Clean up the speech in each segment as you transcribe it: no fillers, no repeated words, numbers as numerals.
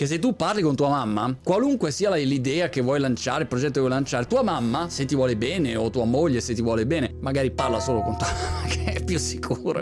che se tu parli con tua mamma, qualunque sia l'idea che vuoi lanciare, il progetto che vuoi lanciare, tua mamma, se ti vuole bene, o tua moglie, se ti vuole bene, magari parla solo con tua mamma, che è più sicuro.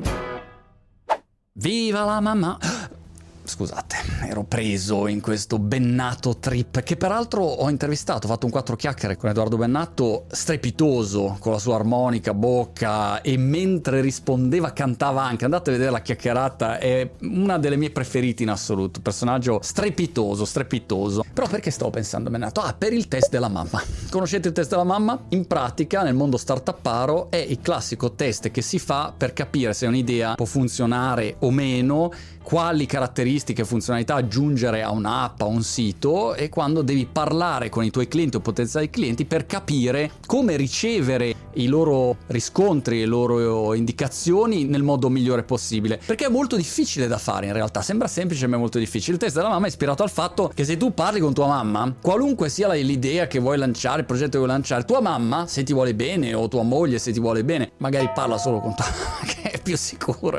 Viva la mamma! Scusate, ero preso in questo Bennato trip, che peraltro ho intervistato, ho fatto un 4 chiacchiere con Edoardo Bennato, strepitoso, con la sua armonica bocca, e mentre rispondeva cantava anche. Andate a vedere la chiacchierata, è una delle mie preferite in assoluto, personaggio strepitoso. Però perché stavo pensando a Bennato? Per il test della mamma. Conoscete il test della mamma? In pratica, nel mondo startuparo, è il classico test che si fa per capire se un'idea può funzionare o meno, quali caratteristiche e funzionalità aggiungere a un'app, a un sito, e quando devi parlare con i tuoi clienti o potenziali clienti per capire come ricevere i loro riscontri, le loro indicazioni nel modo migliore possibile, perché è molto difficile da fare in realtà, sembra semplice ma è molto difficile. Il test della mamma è ispirato al fatto che se tu parli con tua mamma, qualunque sia l'idea che vuoi lanciare, il progetto che vuoi lanciare, tua mamma, se ti vuole bene, o tua moglie, se ti vuole bene, magari parla solo con tua mamma, che è più sicuro.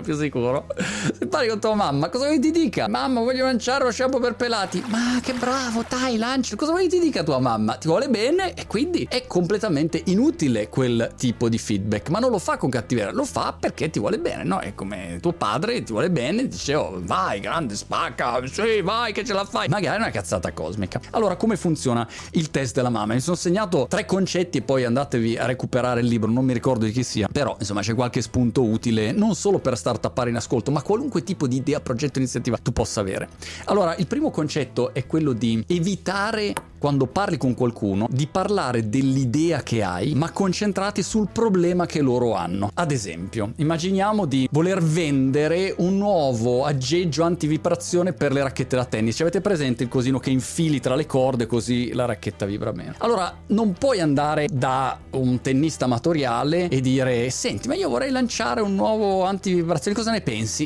Se parli con tua mamma, cosa vuoi ti dica? Mamma, voglio lanciare lo shampoo per pelati. Ma che bravo, dai, lanci. Cosa vuoi ti dica tua mamma? Ti vuole bene, e quindi è completamente inutile quel tipo di feedback, ma non lo fa con cattiveria, lo fa perché ti vuole bene, no? È come tuo padre ti vuole bene, dice: oh, vai, grande, spacca, sì, vai che ce la fai. Magari è una cazzata cosmica. Allora, come funziona il test della mamma? Mi sono segnato 3 concetti e poi andatevi a recuperare il libro, non mi ricordo di chi sia, però insomma c'è qualche spunto utile non solo per startupare in ascolto, ma qualunque tipo di idea, progetto, iniziativa tu possa avere. Allora, il primo concetto è quello di evitare, quando parli con qualcuno, di parlare dell'idea che hai, ma concentrati sul problema che loro hanno. Ad esempio, immaginiamo di voler vendere un nuovo aggeggio antivibrazione per le racchette da tennis. Avete presente il cosino che infili tra le corde così la racchetta vibra bene? Allora, non puoi andare da un tennista amatoriale e dire: senti, ma io vorrei lanciare un nuovo antivibrazione, cosa ne pensi?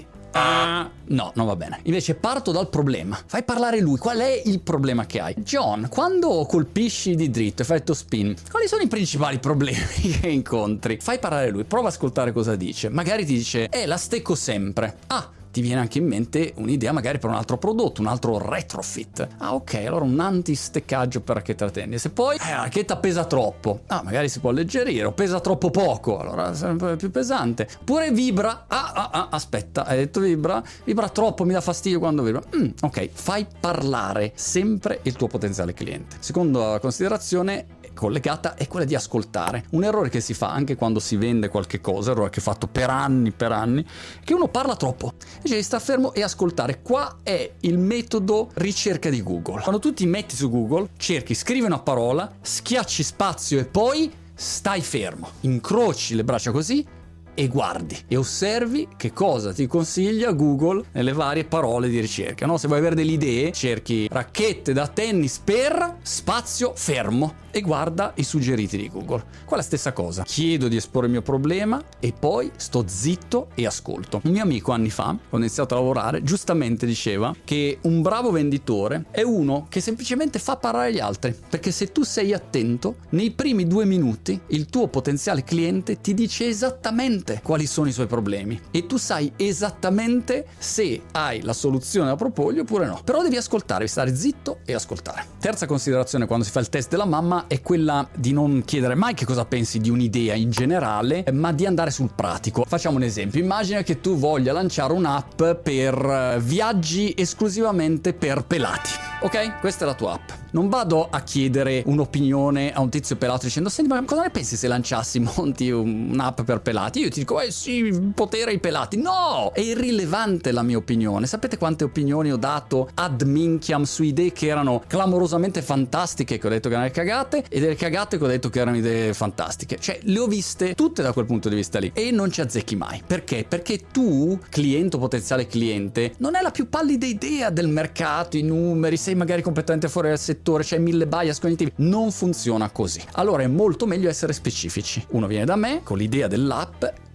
No, non va bene. Invece parto dal problema. Fai parlare lui. Qual è il problema che hai? John, quando colpisci di dritto, effetto spin, quali sono i principali problemi che incontri? Fai parlare lui, prova a ascoltare cosa dice. Magari ti dice: la stecco sempre. Ti viene anche in mente un'idea magari per un altro prodotto, un altro retrofit. Ok, allora un anti-steccaggio per racchetta da tennis. E poi la racchetta pesa troppo. Magari si può alleggerire, o pesa troppo poco, allora è un po' più pesante. Oppure vibra. Aspetta, hai detto vibra troppo, mi dà fastidio quando vibra. Ok, fai parlare sempre il tuo potenziale cliente. Seconda considerazione collegata è quella di ascoltare. Un errore che si fa anche quando si vende qualche cosa, errore che ho fatto per anni, che uno parla troppo. Invece di star fermo e ascoltare. Qua è il metodo ricerca di Google. Quando tu ti metti su Google, cerchi, scrivi una parola, schiacci spazio e poi stai fermo, incroci le braccia così e guardi e osservi che cosa ti consiglia Google nelle varie parole di ricerca, no? Se vuoi avere delle idee, cerchi racchette da tennis per spazio fermo e guarda i suggeriti di Google. Qua è la stessa cosa. Chiedo di esporre il mio problema e poi sto zitto e ascolto. Un mio amico anni fa, quando ho iniziato a lavorare, giustamente diceva che un bravo venditore è uno che semplicemente fa parlare gli altri, perché se tu sei attento, nei primi 2 minuti il tuo potenziale cliente ti dice esattamente quali sono i suoi problemi e tu sai esattamente se hai la soluzione da proporgli oppure no. Però devi ascoltare, devi stare zitto e ascoltare. Terza considerazione quando si fa il test della mamma è quella di non chiedere mai che cosa pensi di un'idea in generale, ma di andare sul pratico. Facciamo un esempio. Immagina che tu voglia lanciare un'app per viaggi esclusivamente per pelati. Ok? Questa è la tua app. Non vado a chiedere un'opinione a un tizio pelato dicendo: senti, ma cosa ne pensi se lanciassi, monti un'app per pelati? Io ti dico: sì, potere ai pelati. No! È irrilevante la mia opinione. Sapete quante opinioni ho dato ad minchiam su idee che erano clamorosamente fantastiche, che ho detto che erano cagate, e delle cagate che ho detto che erano idee fantastiche. Cioè, le ho viste tutte da quel punto di vista lì e non ci azzecchi mai. Perché? Perché tu, cliente o potenziale cliente, non hai la più pallida idea del mercato, i numeri, sei magari completamente fuori dal settore, c'hai 1000 bias cognitivi. Non funziona così. Allora è molto meglio essere specifici. Uno viene da me con l'idea dell'app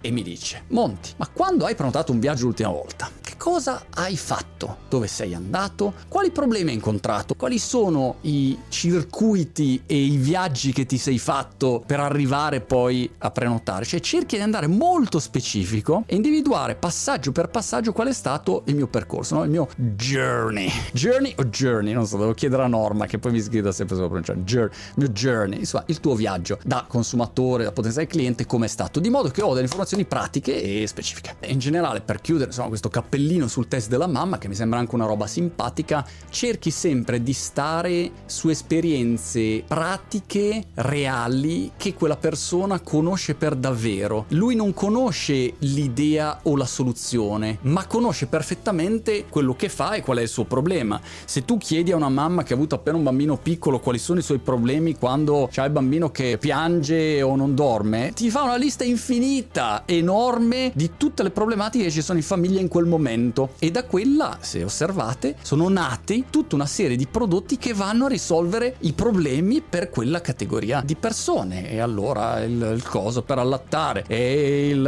e mi dice: Monti, ma quando hai prenotato un viaggio l'ultima volta, che cosa hai fatto? Dove sei andato? Quali problemi hai incontrato? Quali sono i circuiti e i viaggi che ti sei fatto per arrivare poi a prenotare? Cioè cerchi di andare molto specifico e individuare passaggio per passaggio qual è stato il mio percorso, no? Il mio journey o journey, non so, devo chiedere a Norma che poi mi sgrida sempre sulla pronuncia. Il mio journey, insomma il tuo viaggio da consumatore, da potenziale cliente, come è stato, di modo che ho delle informazioni pratiche e specifiche. E in generale, per chiudere insomma questo cappellino sul test della mamma, che mi sembra anche una roba simpatica, cerchi sempre di stare su esperienze pratiche, reali, che quella persona conosce per davvero. Lui non conosce l'idea o la soluzione, ma conosce perfettamente quello che fa e qual è il suo problema. Se tu chiedi a una mamma che ha avuto appena un bambino piccolo quali sono i suoi problemi quando c'ha il bambino che piange o non dorme, ti fa una lista infinita, enorme, di tutte le problematiche che ci sono in famiglia in quel momento, e da quella, se osservate, sono nati tutta una serie di prodotti che vanno a risolvere i problemi per quella categoria di persone. E allora il coso per allattare e il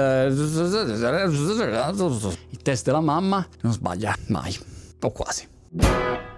test della mamma non sbaglia mai, o quasi.